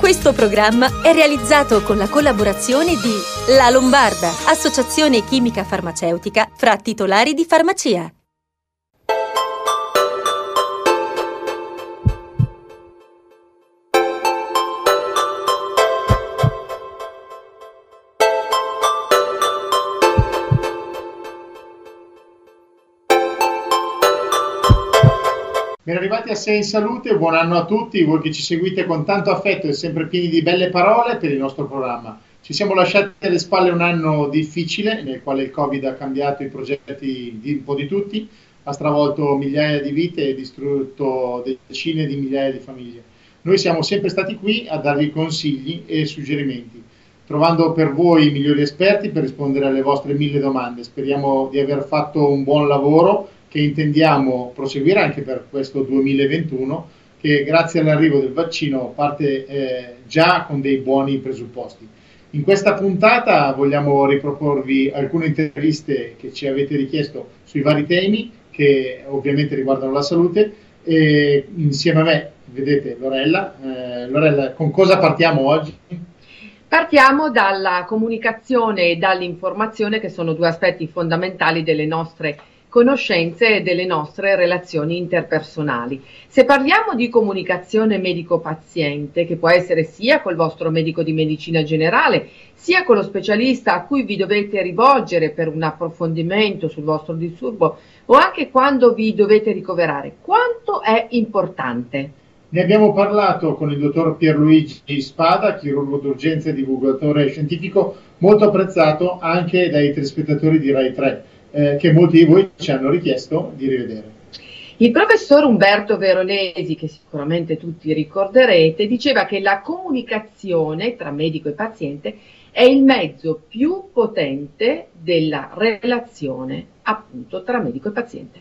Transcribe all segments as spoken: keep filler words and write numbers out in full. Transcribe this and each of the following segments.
Questo programma è realizzato con la collaborazione di La Lombarda, associazione chimica farmaceutica fra titolari di farmacia. Ben arrivati a Sei in Salute, buon anno a tutti, voi che ci seguite con tanto affetto e sempre pieni di belle parole per il nostro programma. Ci siamo lasciati alle spalle un anno difficile, nel quale il Covid ha cambiato i progetti di un po' di tutti, ha stravolto migliaia di vite e distrutto decine di migliaia di famiglie. Noi siamo sempre stati qui a darvi consigli e suggerimenti, trovando per voi i migliori esperti per rispondere alle vostre mille domande. Speriamo di aver fatto un buon lavoro che intendiamo proseguire anche per questo duemilaventuno, che grazie all'arrivo del vaccino parte eh, già con dei buoni presupposti. In questa puntata vogliamo riproporvi alcune interviste che ci avete richiesto sui vari temi che ovviamente riguardano la salute, e insieme a me vedete Lorella. Eh, Lorella, con cosa partiamo oggi? Partiamo dalla comunicazione e dall'informazione, che sono due aspetti fondamentali delle nostre conoscenze e delle nostre relazioni interpersonali. Se parliamo di comunicazione medico-paziente, che può essere sia col vostro medico di medicina generale, sia con lo specialista a cui vi dovete rivolgere per un approfondimento sul vostro disturbo o anche quando vi dovete ricoverare, quanto è importante? Ne abbiamo parlato con il dottor Pierluigi Spada, chirurgo d'urgenza e divulgatore scientifico, molto apprezzato anche dai telespettatori di Rai tre. Eh, che molti di voi ci hanno richiesto di rivedere. Il professor Umberto Veronesi, che sicuramente tutti ricorderete, diceva che la comunicazione tra medico e paziente è il mezzo più potente della relazione, appunto, tra medico e paziente.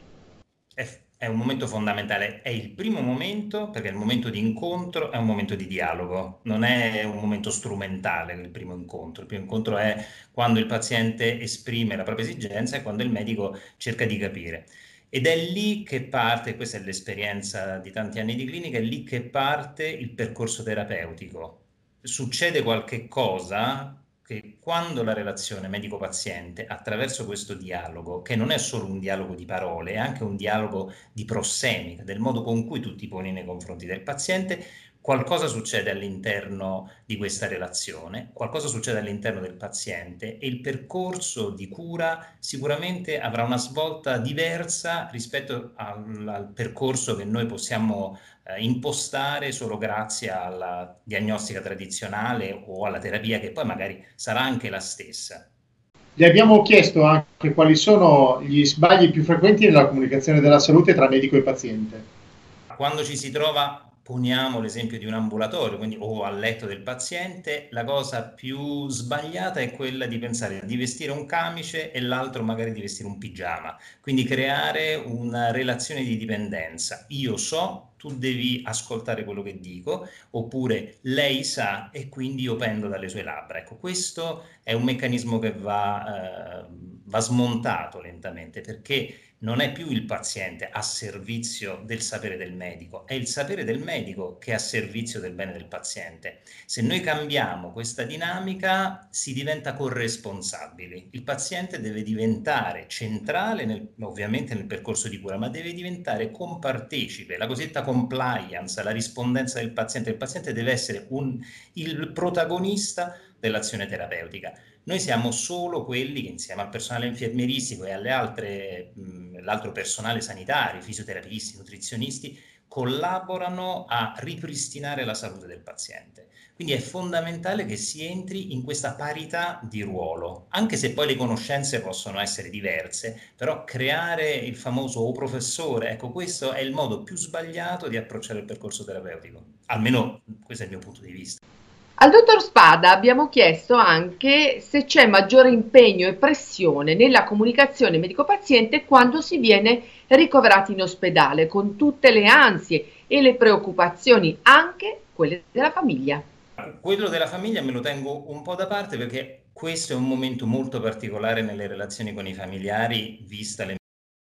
È un momento fondamentale, è il primo momento perché il momento di incontro è un momento di dialogo, non è un momento strumentale il primo incontro. Il primo incontro è quando il paziente esprime la propria esigenza e quando il medico cerca di capire. Ed è lì che parte, questa è l'esperienza di tanti anni di clinica, è lì che parte il percorso terapeutico. Succede qualche cosa che quando la relazione medico-paziente, attraverso questo dialogo, che non è solo un dialogo di parole, è anche un dialogo di prossemica, del modo con cui tu ti poni nei confronti del paziente, qualcosa succede all'interno di questa relazione, qualcosa succede all'interno del paziente e il percorso di cura sicuramente avrà una svolta diversa rispetto al, al percorso che noi possiamo eh, impostare solo grazie alla diagnostica tradizionale o alla terapia, che poi magari sarà anche la stessa. Gli abbiamo chiesto anche quali sono gli sbagli più frequenti nella comunicazione della salute tra medico e paziente. Quando ci si trova, poniamo l'esempio di un ambulatorio, quindi o al letto del paziente, la cosa più sbagliata è quella di pensare di vestire un camice e l'altro magari di vestire un pigiama, quindi creare una relazione di dipendenza. Io so, tu devi ascoltare quello che dico, oppure lei sa e quindi io pendo dalle sue labbra. Ecco, questo è un meccanismo che va, eh, va smontato lentamente, perché non è più il paziente a servizio del sapere del medico, è il sapere del medico che è a servizio del bene del paziente. Se noi cambiamo questa dinamica, si diventa corresponsabili. Il paziente deve diventare centrale, nel, ovviamente nel percorso di cura, ma deve diventare compartecipe, la cosiddetta compliance, la rispondenza del paziente. Il paziente deve essere un, il protagonista dell'azione terapeutica. Noi siamo solo quelli che insieme al personale infermieristico e alle altre, mh, l'altro personale sanitario, fisioterapisti, nutrizionisti, collaborano a ripristinare la salute del paziente. Quindi è fondamentale che si entri in questa parità di ruolo, anche se poi le conoscenze possono essere diverse, però creare il famoso o professore, ecco, questo è il modo più sbagliato di approcciare il percorso terapeutico, almeno questo è il mio punto di vista. Al dottor Spada abbiamo chiesto anche se c'è maggiore impegno e pressione nella comunicazione medico-paziente quando si viene ricoverati in ospedale, con tutte le ansie e le preoccupazioni, anche quelle della famiglia. Quello della famiglia me lo tengo un po' da parte, perché questo è un momento molto particolare nelle relazioni con i familiari, vista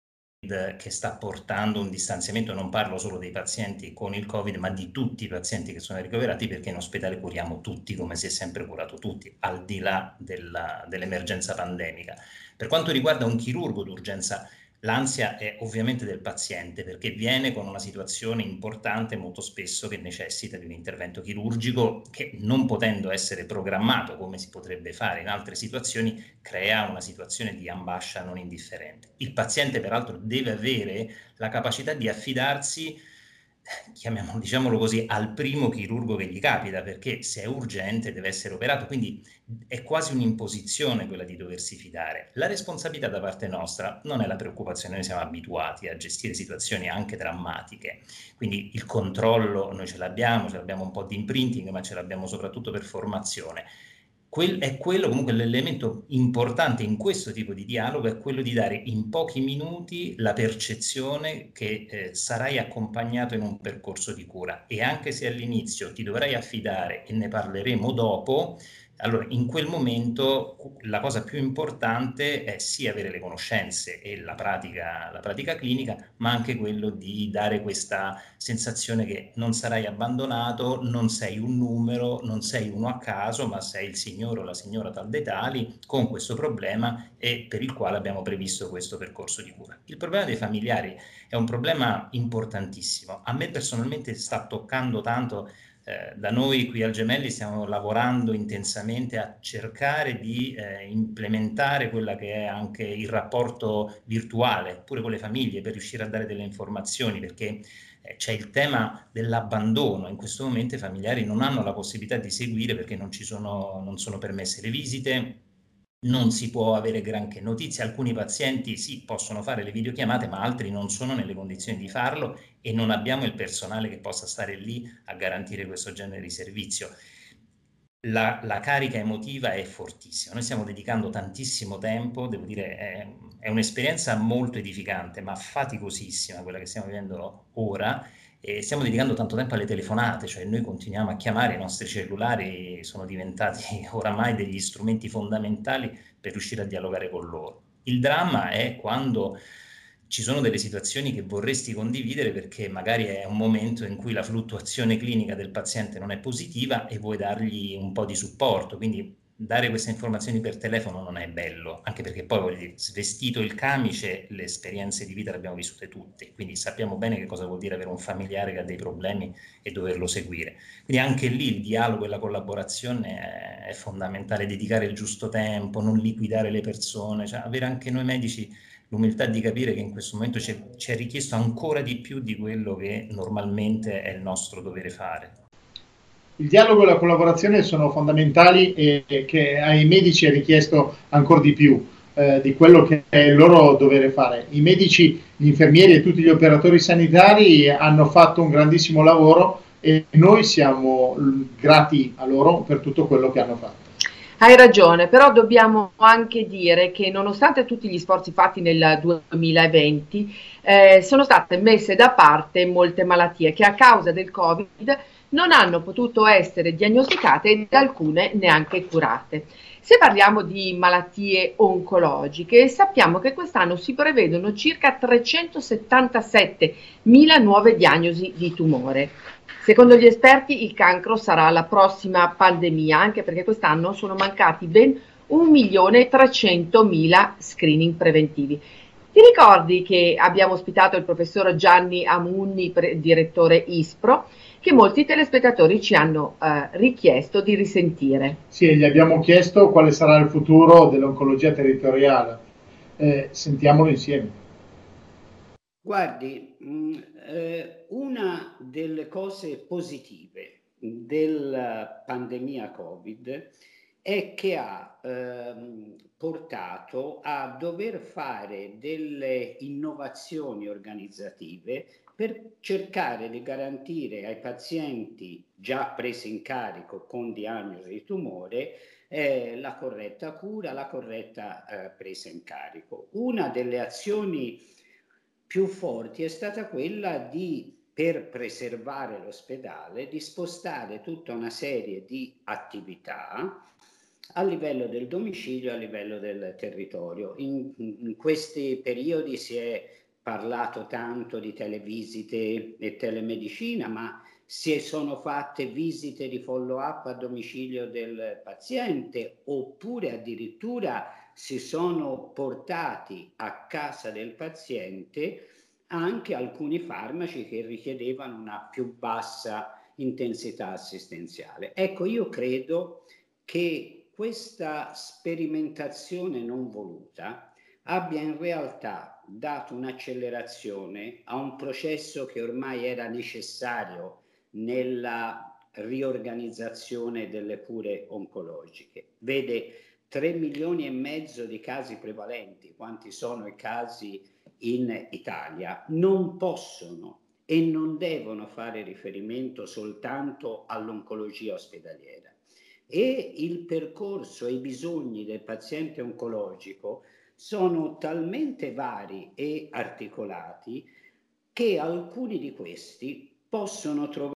che sta portando un distanziamento, non parlo solo dei pazienti con il Covid, ma di tutti i pazienti che sono ricoverati, perché in ospedale curiamo tutti come si è sempre curato tutti, al di là della, dell'emergenza pandemica. Per quanto riguarda un chirurgo d'urgenza, l'ansia è ovviamente del paziente, perché viene con una situazione importante molto spesso che necessita di un intervento chirurgico che, non potendo essere programmato come si potrebbe fare in altre situazioni, crea una situazione di ambascia non indifferente. Il paziente peraltro deve avere la capacità di affidarsi, chiamiamolo, diciamolo così, al primo chirurgo che gli capita, perché se è urgente deve essere operato, quindi è quasi un'imposizione quella di doversi fidare. La responsabilità da parte nostra non è la preoccupazione, noi siamo abituati a gestire situazioni anche drammatiche, quindi il controllo noi ce l'abbiamo, ce l'abbiamo un po' di imprinting, ma ce l'abbiamo soprattutto per formazione. Quel, è quello comunque l'elemento importante in questo tipo di dialogo, è quello di dare in pochi minuti la percezione che eh, sarai accompagnato in un percorso di cura, e anche se all'inizio ti dovrai affidare, e ne parleremo dopo, allora in quel momento la cosa più importante è sì avere le conoscenze e la pratica, la pratica clinica, ma anche quello di dare questa sensazione che non sarai abbandonato, non sei un numero, non sei uno a caso, ma sei il signore o la signora tal dei tali con questo problema e per il quale abbiamo previsto questo percorso di cura. Il problema dei familiari è un problema importantissimo. A me personalmente sta toccando tanto. Eh, da noi qui al Gemelli stiamo lavorando intensamente a cercare di eh, implementare quella che è anche il rapporto virtuale pure con le famiglie, per riuscire a dare delle informazioni, perché eh, c'è il tema dell'abbandono. In questo momento i familiari non hanno la possibilità di seguire perché non ci sono, non sono permesse le visite, non si può avere granché notizie. Alcuni pazienti sì, possono fare le videochiamate, ma altri non sono nelle condizioni di farlo e non abbiamo il personale che possa stare lì a garantire questo genere di servizio. La, la carica emotiva è fortissima, noi stiamo dedicando tantissimo tempo, devo dire è, è un'esperienza molto edificante ma faticosissima quella che stiamo vivendo ora, e stiamo dedicando tanto tempo alle telefonate, cioè noi continuiamo a chiamare, i nostri cellulari sono diventati oramai degli strumenti fondamentali per riuscire a dialogare con loro. Il dramma è quando ci sono delle situazioni che vorresti condividere perché magari è un momento in cui la fluttuazione clinica del paziente non è positiva e vuoi dargli un po' di supporto, quindi dare queste informazioni per telefono non è bello, anche perché poi, voglio dire, svestito il camice, le esperienze di vita le abbiamo vissute tutte, quindi sappiamo bene che cosa vuol dire avere un familiare che ha dei problemi e doverlo seguire. Quindi anche lì il dialogo e la collaborazione è, è fondamentale, dedicare il giusto tempo, non liquidare le persone, cioè avere anche noi medici l'umiltà di capire che in questo momento c'è, c'è richiesto ancora di più di quello che normalmente è il nostro dovere fare. Il dialogo e la collaborazione sono fondamentali e che ai medici è richiesto ancora di più eh, di quello che è il loro dovere fare. I medici, gli infermieri e tutti gli operatori sanitari hanno fatto un grandissimo lavoro e noi siamo grati a loro per tutto quello che hanno fatto. Hai ragione, però dobbiamo anche dire che nonostante tutti gli sforzi fatti nel duemilaventi eh, sono state messe da parte molte malattie che a causa del Covid non hanno potuto essere diagnosticate ed alcune neanche curate. Se parliamo di malattie oncologiche, sappiamo che quest'anno si prevedono circa trecentosettantasettemila nuove diagnosi di tumore. Secondo gli esperti il cancro sarà la prossima pandemia, anche perché quest'anno sono mancati ben un milione trecentomila screening preventivi. Ti ricordi che abbiamo ospitato il professor Gianni Amunni, direttore ISPRO, che molti telespettatori ci hanno eh, richiesto di risentire? Sì, gli abbiamo chiesto quale sarà il futuro dell'oncologia territoriale. Eh, sentiamolo insieme. Guardi, mh, eh, una delle cose positive della pandemia Covid è che ha ehm, portato a dover fare delle innovazioni organizzative per cercare di garantire ai pazienti già presi in carico con diagnosi di tumore eh, la corretta cura, la corretta eh, presa in carico. Una delle azioni più forti è stata quella di, per preservare l'ospedale, di spostare tutta una serie di attività a livello del domicilio, a livello del territorio. In, in questi periodi si è parlato tanto di televisite e telemedicina, ma si sono fatte visite di follow-up a domicilio del paziente, oppure addirittura si sono portati a casa del paziente anche alcuni farmaci che richiedevano una più bassa intensità assistenziale. Ecco, io credo che questa sperimentazione non voluta abbia in realtà dato un'accelerazione a un processo che ormai era necessario nella riorganizzazione delle cure oncologiche. Vede, tre milioni e mezzo di casi prevalenti, quanti sono i casi in Italia, non possono e non devono fare riferimento soltanto all'oncologia ospedaliera. E il percorso e i bisogni del paziente oncologico sono talmente vari e articolati che alcuni di questi possono trovare,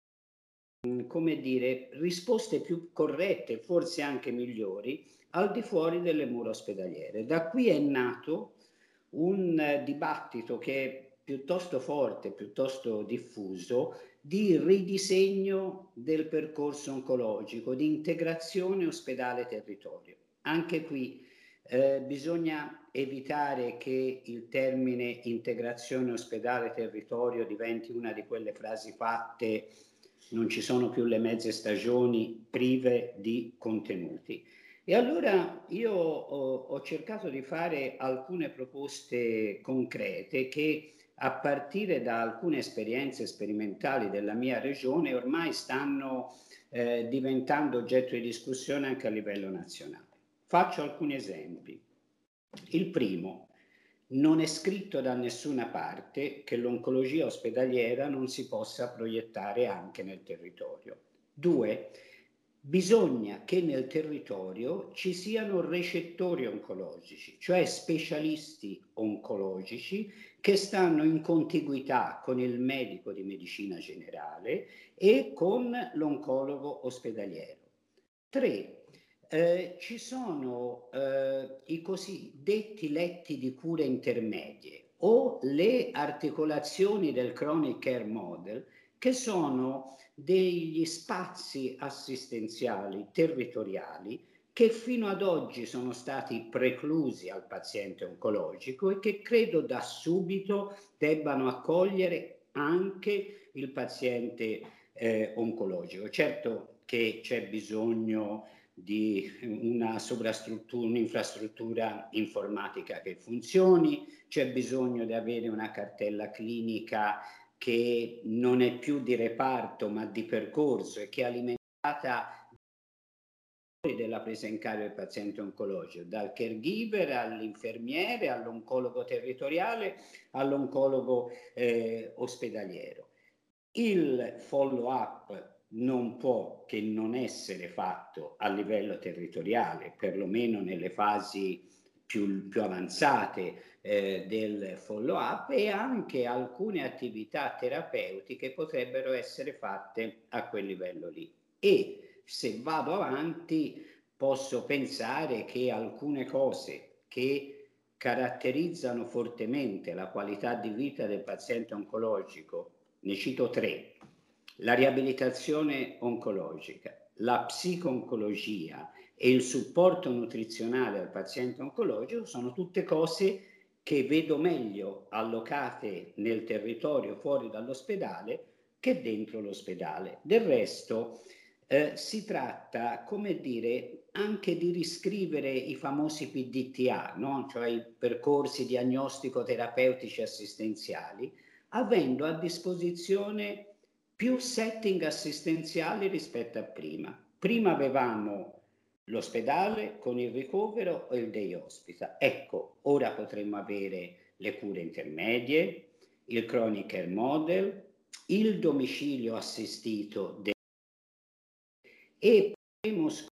come dire, risposte più corrette, forse anche migliori, al di fuori delle mura ospedaliere. Da qui è nato un dibattito che è piuttosto forte, piuttosto diffuso, di ridisegno del percorso oncologico, di integrazione ospedale-territorio. Anche qui eh, bisogna evitare che il termine integrazione ospedale-territorio diventi una di quelle frasi fatte, non ci sono più le mezze stagioni, prive di contenuti. E allora io ho, ho cercato di fare alcune proposte concrete che, a partire da alcune esperienze sperimentali della mia regione, ormai stanno eh, diventando oggetto di discussione anche a livello nazionale. Faccio alcuni esempi. Il primo: non è scritto da nessuna parte che l'oncologia ospedaliera non si possa proiettare anche nel territorio. Due, bisogna che nel territorio ci siano recettori oncologici, cioè specialisti oncologici che stanno in contiguità con il medico di medicina generale e con l'oncologo ospedaliero. Tre, eh, ci sono eh, i cosiddetti letti di cure intermedie o le articolazioni del chronic care model, che sono degli spazi assistenziali territoriali che fino ad oggi sono stati preclusi al paziente oncologico e che credo da subito debbano accogliere anche il paziente eh, oncologico. Certo che c'è bisogno di una sovrastruttura, un'infrastruttura informatica che funzioni, c'è bisogno di avere una cartella clinica che non è più di reparto ma di percorso e che è alimentata della presa in carico del paziente oncologico, dal caregiver all'infermiere, all'oncologo territoriale, all'oncologo eh, ospedaliero. Il follow-up non può che non essere fatto a livello territoriale, perlomeno nelle fasi più, più avanzate eh, del follow-up, e anche alcune attività terapeutiche potrebbero essere fatte a quel livello lì. E se vado avanti posso pensare che alcune cose che caratterizzano fortemente la qualità di vita del paziente oncologico, ne cito tre: la riabilitazione oncologica, la psico-oncologia e il supporto nutrizionale al paziente oncologico, sono tutte cose che vedo meglio allocate nel territorio fuori dall'ospedale che dentro l'ospedale. Del resto eh, si tratta, come dire, anche di riscrivere i famosi P D T A, no? Cioè i percorsi diagnostico-terapeutici assistenziali, avendo a disposizione più setting assistenziali rispetto a prima. Prima avevamo l'ospedale con il ricovero e il day hospital. Ecco, ora potremmo avere le cure intermedie, il chronic care model, il domicilio assistito de- e potremo scoprire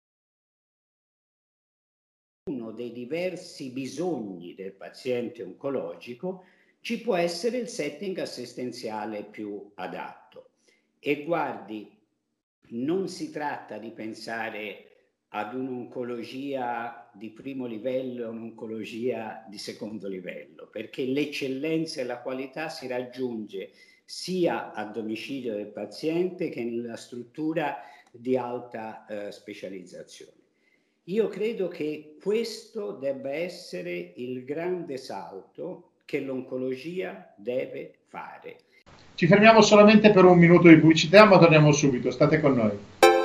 uno dei diversi bisogni del paziente oncologico, ci può essere il setting assistenziale più adatto. E guardi, non si tratta di pensare ad un'oncologia di primo livello e un'oncologia di secondo livello, perché l'eccellenza e la qualità si raggiunge sia a domicilio del paziente che nella struttura di alta eh, specializzazione. Io credo che questo debba essere il grande salto che l'oncologia deve fare. Ci fermiamo solamente per un minuto di pubblicità, ma torniamo subito. State con noi.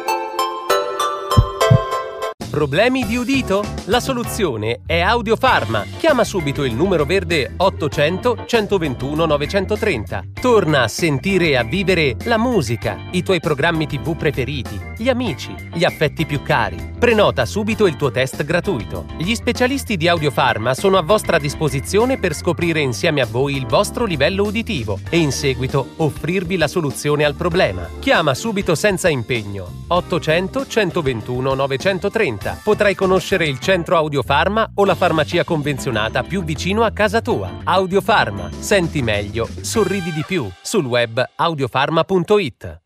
Problemi di udito? La soluzione è Audiofarma. Chiama subito il numero verde ottocento centoventuno novecentotrenta. Torna a sentire e a vivere la musica, i tuoi programmi tivù preferiti, gli amici, gli affetti più cari. Prenota subito il tuo test gratuito. Gli specialisti di Audiofarma sono a vostra disposizione per scoprire insieme a voi il vostro livello uditivo e in seguito offrirvi la soluzione al problema. Chiama subito senza impegno ottocento centoventuno novecentotrenta. Potrai conoscere il centro Audiofarma o la farmacia convenzionata più vicino a casa tua. Audiofarma. Senti meglio, sorridi di più. Sul web audiofarma punto it.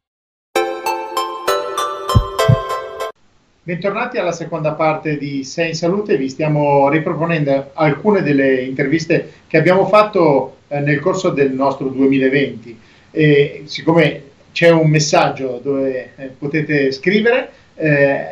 Bentornati alla seconda parte di Sei in Salute. Vi stiamo riproponendo alcune delle interviste che abbiamo fatto eh, nel corso del nostro duemilaventi. E siccome c'è un messaggio dove eh, potete scrivere, eh,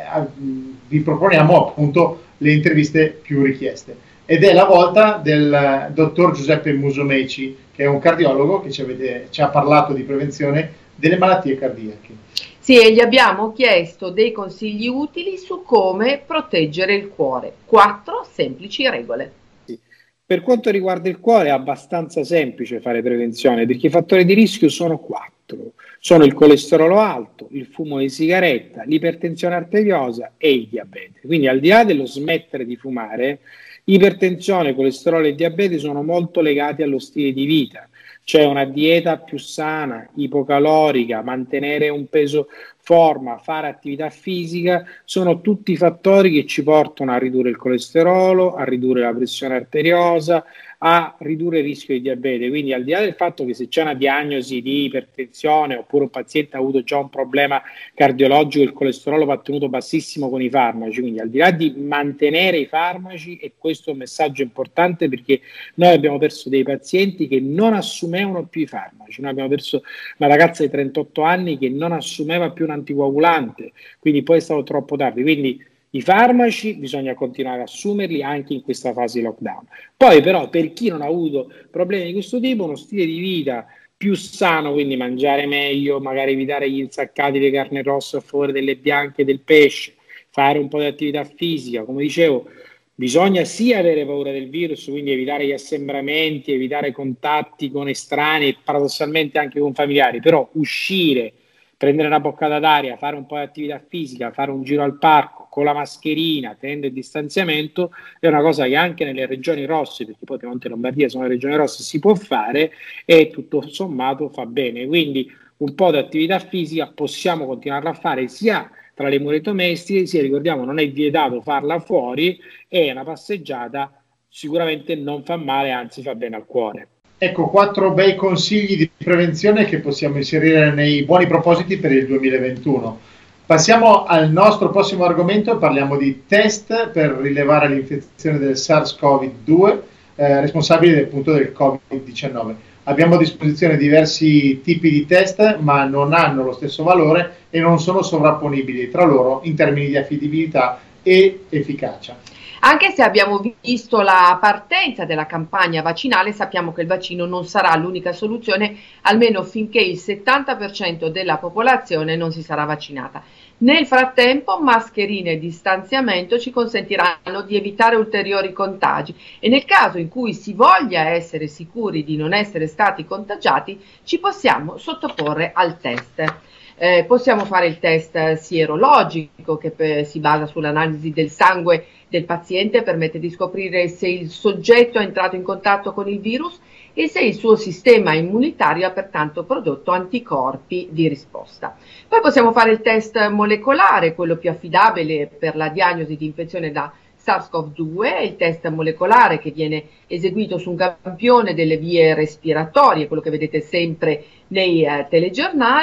vi proponiamo appunto le interviste più richieste. Ed è la volta del dottor Giuseppe Musumeci, che è un cardiologo che ci, avete, ci ha parlato di prevenzione delle malattie cardiache. Sì, e gli abbiamo chiesto dei consigli utili su come proteggere il cuore. Quattro semplici regole. Per quanto riguarda il cuore è abbastanza semplice fare prevenzione, perché i fattori di rischio sono quattro. Sono il colesterolo alto, il fumo di sigaretta, l'ipertensione arteriosa e il diabete. Quindi al di là dello smettere di fumare, ipertensione, colesterolo e diabete sono molto legati allo stile di vita. Cioè una dieta più sana, ipocalorica, mantenere un peso forma, fare attività fisica, sono tutti fattori che ci portano a ridurre il colesterolo, a ridurre la pressione arteriosa, a ridurre il rischio di diabete. Quindi al di là del fatto che se c'è una diagnosi di ipertensione oppure un paziente ha avuto già un problema cardiologico, il colesterolo va tenuto bassissimo con i farmaci, quindi al di là di mantenere i farmaci, e questo è un messaggio importante perché noi abbiamo perso dei pazienti che non assumevano più i farmaci. Noi abbiamo perso una ragazza di trentotto anni che non assumeva più un anticoagulante, quindi poi è stato troppo tardi. Quindi i farmaci bisogna continuare a assumerli anche in questa fase di lockdown. Poi però per chi non ha avuto problemi di questo tipo, uno stile di vita più sano, quindi mangiare meglio, magari evitare gli insaccati di carne rossa a favore delle bianche e del pesce, fare un po' di attività fisica. Come dicevo, bisogna sì avere paura del virus, quindi evitare gli assembramenti, evitare contatti con estranei, paradossalmente anche con familiari, però uscire, prendere una boccata d'aria, fare un po' di attività fisica, fare un giro al parco con la mascherina, tenendo il distanziamento, è una cosa che anche nelle regioni rosse, perché poi Piemonte e Lombardia sono le regioni rosse, si può fare e tutto sommato fa bene. Quindi un po' di attività fisica possiamo continuarla a fare sia tra le mura domestiche, sia, ricordiamo, non è vietato farla fuori, e una passeggiata sicuramente non fa male, anzi fa bene al cuore. Ecco, quattro bei consigli di prevenzione che possiamo inserire nei buoni propositi per il duemilaventuno. Passiamo al nostro prossimo argomento e parliamo di test per rilevare l'infezione del SARS-CoV due, eh, responsabile appunto del covid diciannove. Abbiamo a disposizione diversi tipi di test, ma non hanno lo stesso valore e non sono sovrapponibili tra loro in termini di affidabilità e efficacia. Anche se abbiamo visto la partenza della campagna vaccinale, sappiamo che il vaccino non sarà l'unica soluzione, almeno finché il settanta per cento della popolazione non si sarà vaccinata. Nel frattempo, mascherine e distanziamento ci consentiranno di evitare ulteriori contagi e nel caso in cui si voglia essere sicuri di non essere stati contagiati, ci possiamo sottoporre al test. Eh, possiamo fare il test sierologico, che per, si basa sull'analisi del sangue del paziente, permette di scoprire se il soggetto è entrato in contatto con il virus e se il suo sistema immunitario ha pertanto prodotto anticorpi di risposta. Poi possiamo fare il test molecolare, quello più affidabile per la diagnosi di infezione da SARS-CoV due, il test molecolare che viene eseguito su un campione delle vie respiratorie, quello che vedete sempre nei eh, telegiornali.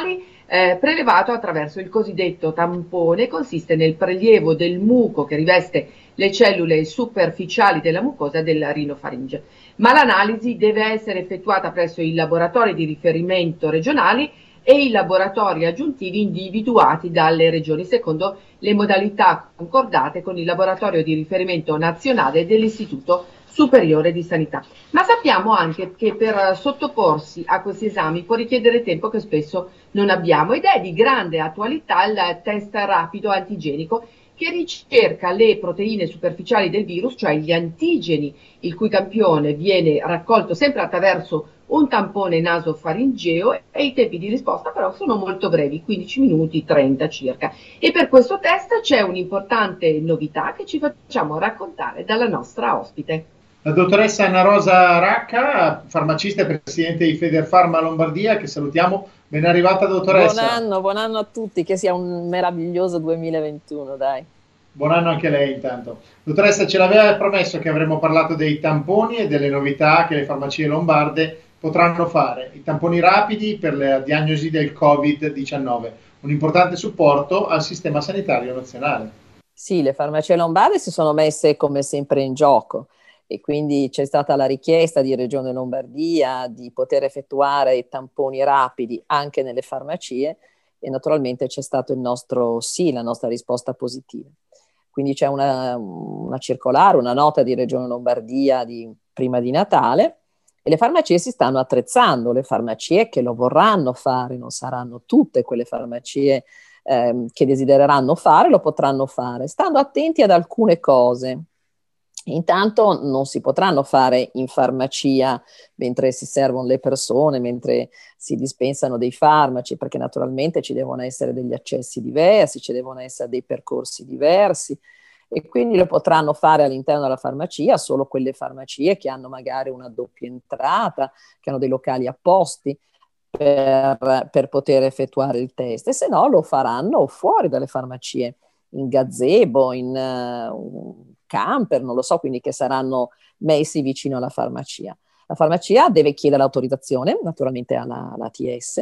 eh, prelevato attraverso il cosiddetto tampone. Consiste nel prelievo del muco che riveste le cellule superficiali della mucosa della rinofaringe, ma l'analisi deve essere effettuata presso i laboratori di riferimento regionali e i laboratori aggiuntivi individuati dalle regioni secondo le modalità concordate con il laboratorio di riferimento nazionale dell'Istituto Superiore di Sanità. Ma sappiamo anche che per sottoporsi a questi esami può richiedere tempo che spesso non abbiamo, ed è di grande attualità il test rapido antigenico che ricerca le proteine superficiali del virus, cioè gli antigeni, il cui campione viene raccolto sempre attraverso un tampone nasofaringeo, e i tempi di risposta però sono molto brevi, quindici minuti, trenta circa. E per questo test c'è un'importante novità che ci facciamo raccontare dalla nostra ospite. La dottoressa Anna Rosa Racca, farmacista e presidente di Federfarma Lombardia, che salutiamo. Ben arrivata, dottoressa. Buon anno, buon anno a tutti, che sia un meraviglioso duemilaventuno, dai. Buon anno anche a lei intanto. Dottoressa, ce l'aveva promesso che avremmo parlato dei tamponi e delle novità che le farmacie lombarde potranno fare. I tamponi rapidi per la diagnosi del covid diciannove, un importante supporto al sistema sanitario nazionale. Sì, le farmacie lombarde si sono messe come sempre in gioco, e quindi c'è stata la richiesta di Regione Lombardia di poter effettuare i tamponi rapidi anche nelle farmacie, e naturalmente c'è stato il nostro sì, la nostra risposta positiva. Quindi c'è una, una circolare, una nota di Regione Lombardia di, prima di Natale, e le farmacie si stanno attrezzando. Le farmacie che lo vorranno fare, non saranno tutte quelle farmacie eh, che desidereranno fare, lo potranno fare, stando attenti ad alcune cose. Intanto non si potranno fare in farmacia mentre si servono le persone, mentre si dispensano dei farmaci, perché naturalmente ci devono essere degli accessi diversi, ci devono essere dei percorsi diversi, e quindi lo potranno fare all'interno della farmacia solo quelle farmacie che hanno magari una doppia entrata, che hanno dei locali apposti per, per poter effettuare il test, e se no lo faranno fuori dalle farmacie, in gazebo, in uh, camper, non lo so, quindi che saranno messi vicino alla farmacia. La farmacia deve chiedere l'autorizzazione, naturalmente alla, alla T S,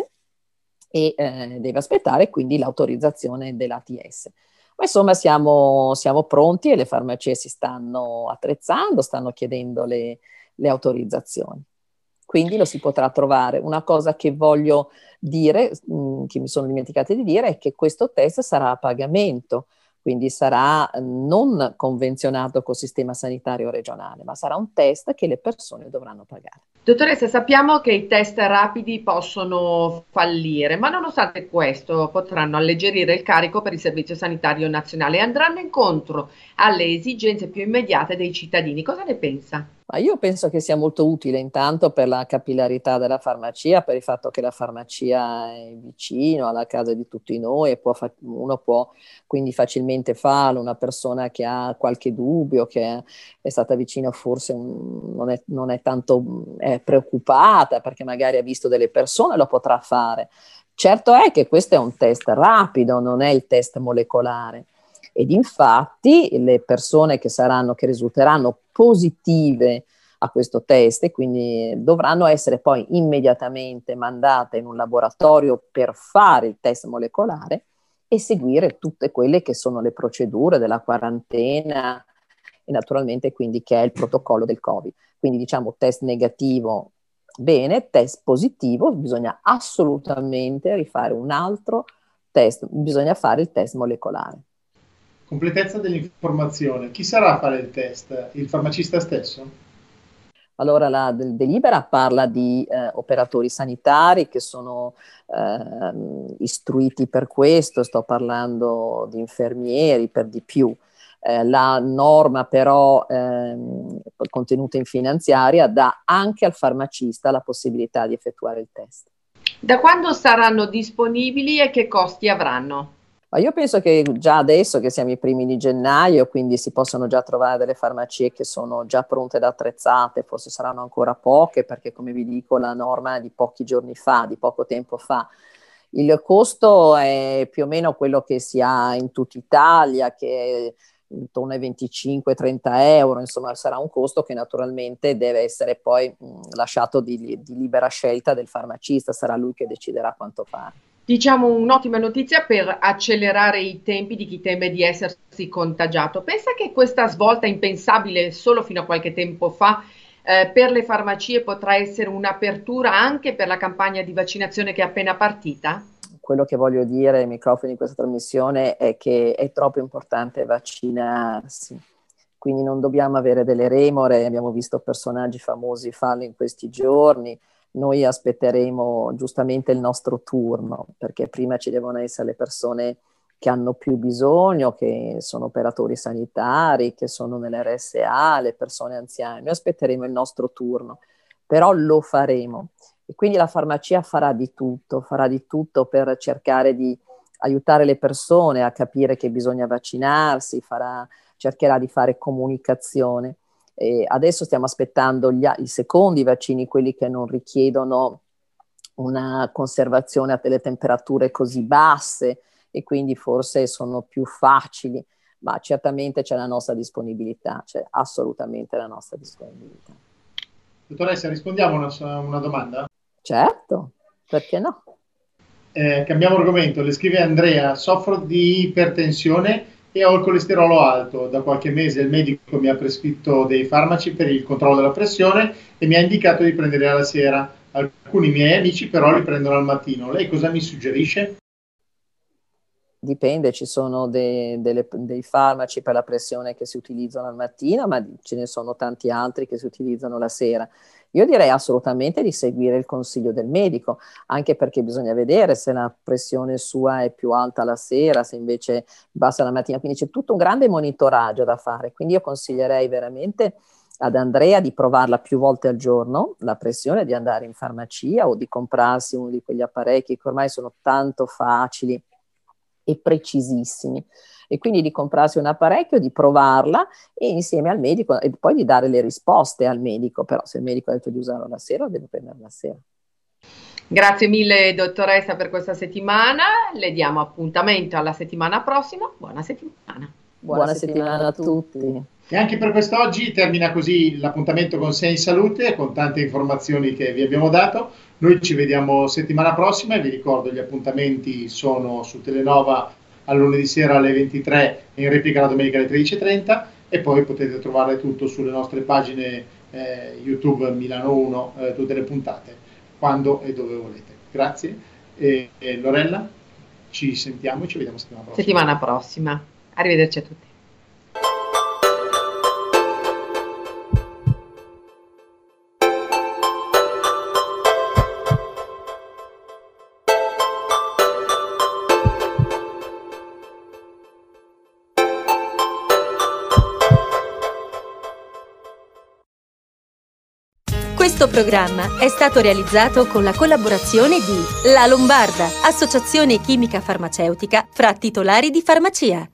e eh, deve aspettare quindi l'autorizzazione della T S. Ma insomma siamo, siamo pronti, e le farmacie si stanno attrezzando, stanno chiedendo le, le autorizzazioni. Quindi lo si potrà trovare. Una cosa che voglio dire, mh, che mi sono dimenticata di dire, è che questo test sarà a pagamento, quindi sarà non convenzionato col sistema sanitario regionale, ma sarà un test che le persone dovranno pagare. Dottoressa, sappiamo che i test rapidi possono fallire, ma nonostante questo potranno alleggerire il carico per il Servizio Sanitario Nazionale e andranno incontro alle esigenze più immediate dei cittadini. Cosa ne pensa? Ma io penso che sia molto utile, intanto per la capillarità della farmacia, per il fatto che la farmacia è vicino alla casa di tutti noi, e può fa- uno può quindi facilmente farlo. Una persona che ha qualche dubbio, che è, è stata vicino, forse un, non, è, non è tanto è preoccupata perché magari ha visto delle persone, lo potrà fare. Certo è che questo è un test rapido, non è il test molecolare. Ed infatti le persone che saranno, che risulteranno positive a questo test, e quindi dovranno essere poi immediatamente mandate in un laboratorio per fare il test molecolare e seguire tutte quelle che sono le procedure della quarantena, e naturalmente quindi che è il protocollo del Covid. Quindi diciamo test negativo, bene, test positivo, bisogna assolutamente rifare un altro test, bisogna fare il test molecolare. Completezza dell'informazione. Chi sarà a fare il test? Il farmacista stesso? Allora la del- delibera parla di eh, operatori sanitari che sono eh, istruiti per questo, sto parlando di infermieri per di più. Eh, la norma però ehm, contenuta in finanziaria dà anche al farmacista la possibilità di effettuare il test. Da quando saranno disponibili e che costi avranno? Ma io penso che già adesso, che siamo i primi di gennaio, quindi si possono già trovare delle farmacie che sono già pronte ed attrezzate, forse saranno ancora poche perché, come vi dico, la norma è di pochi giorni fa, di poco tempo fa. Il costo è più o meno quello che si ha in tutta Italia, che è intorno ai venticinque trenta euro, insomma sarà un costo che naturalmente deve essere poi mh, lasciato di, di libera scelta del farmacista, sarà lui che deciderà quanto fare. Diciamo un'ottima notizia per accelerare i tempi di chi teme di essersi contagiato. Pensa che questa svolta impensabile solo fino a qualche tempo fa eh, per le farmacie potrà essere un'apertura anche per la campagna di vaccinazione che è appena partita? Quello che voglio dire ai microfoni di questa trasmissione è che è troppo importante vaccinarsi, quindi non dobbiamo avere delle remore. Abbiamo visto personaggi famosi farlo in questi giorni. Noi aspetteremo giustamente il nostro turno, perché prima ci devono essere le persone che hanno più bisogno, che sono operatori sanitari, che sono nell'R S A, le persone anziane. Noi aspetteremo il nostro turno, però lo faremo. E quindi la farmacia farà di tutto, farà di tutto per cercare di aiutare le persone a capire che bisogna vaccinarsi, farà, cercherà di fare comunicazione. E adesso stiamo aspettando gli, i secondi vaccini, quelli che non richiedono una conservazione a delle temperature così basse e quindi forse sono più facili, ma certamente c'è la nostra disponibilità, c'è assolutamente la nostra disponibilità. Dottoressa, rispondiamo a una, una domanda? Certo, perché no? Eh, cambiamo argomento, le scrive Andrea: soffro di ipertensione e ho il colesterolo alto. Da qualche mese il medico mi ha prescritto dei farmaci per il controllo della pressione e mi ha indicato di prendere alla sera. Alcuni miei amici però li prendono al mattino. Lei cosa mi suggerisce? Dipende, ci sono dei, delle, dei farmaci per la pressione che si utilizzano al mattino, ma ce ne sono tanti altri che si utilizzano la sera. Io direi assolutamente di seguire il consiglio del medico, anche perché bisogna vedere se la pressione sua è più alta la sera, se invece basta la mattina, quindi c'è tutto un grande monitoraggio da fare. Quindi io consiglierei veramente ad Andrea di provarla più volte al giorno, la pressione, di andare in farmacia o di comprarsi uno di quegli apparecchi che ormai sono tanto facili e precisissimi, e quindi di comprarsi un apparecchio, di provarla e insieme al medico, e poi di dare le risposte al medico. Però se il medico ha detto di usarlo la sera, deve prenderla la sera. Grazie mille dottoressa per questa settimana, le diamo appuntamento alla settimana prossima. Buona settimana. Buona, Buona settimana, settimana a tutti. E anche per quest'oggi termina così l'appuntamento con Sei in Salute, con tante informazioni che vi abbiamo dato. Noi ci vediamo settimana prossima e vi ricordo gli appuntamenti sono su Telenova al lunedì sera alle ventitré e in replica la domenica alle tredici e trenta, e poi potete trovare tutto sulle nostre pagine eh, YouTube Milano uno, eh, tutte le puntate, quando e dove volete. Grazie. E, e Lorella, ci sentiamo e ci vediamo settimana prossima. Settimana prossima. Arrivederci a tutti. Questo programma è stato realizzato con la collaborazione di La Lombarda, associazione chimica farmaceutica fra titolari di farmacia.